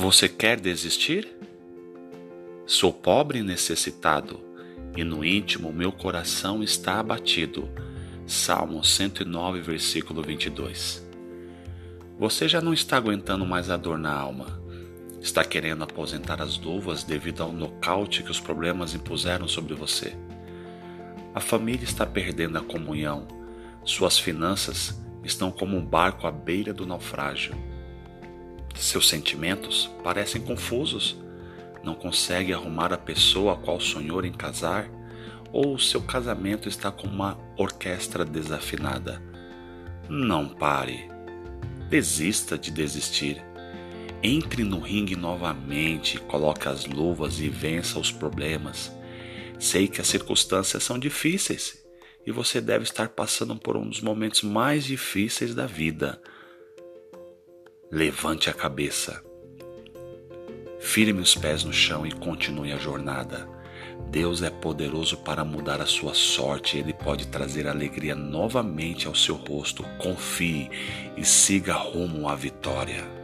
Você quer desistir? Sou pobre e necessitado, e no íntimo meu coração está abatido. Salmo 109, versículo 22. Você já não está aguentando mais a dor na alma. Está querendo aposentar as luvas devido ao nocaute que os problemas impuseram sobre você. A família está perdendo a comunhão. Suas finanças estão como um barco à beira do naufrágio. Seus sentimentos parecem confusos. Não consegue arrumar a pessoa a qual sonhou em casar, ou seu casamento está como uma orquestra desafinada. Não pare. Desista de desistir. Entre no ringue novamente, coloque as luvas e vença os problemas. Sei que as circunstâncias são difíceis e você deve estar passando por um dos momentos mais difíceis da vida. Levante a cabeça. Firme os pés no chão e continue a jornada. Deus é poderoso para mudar a sua sorte. Ele pode trazer alegria novamente ao seu rosto. Confie e siga rumo à vitória.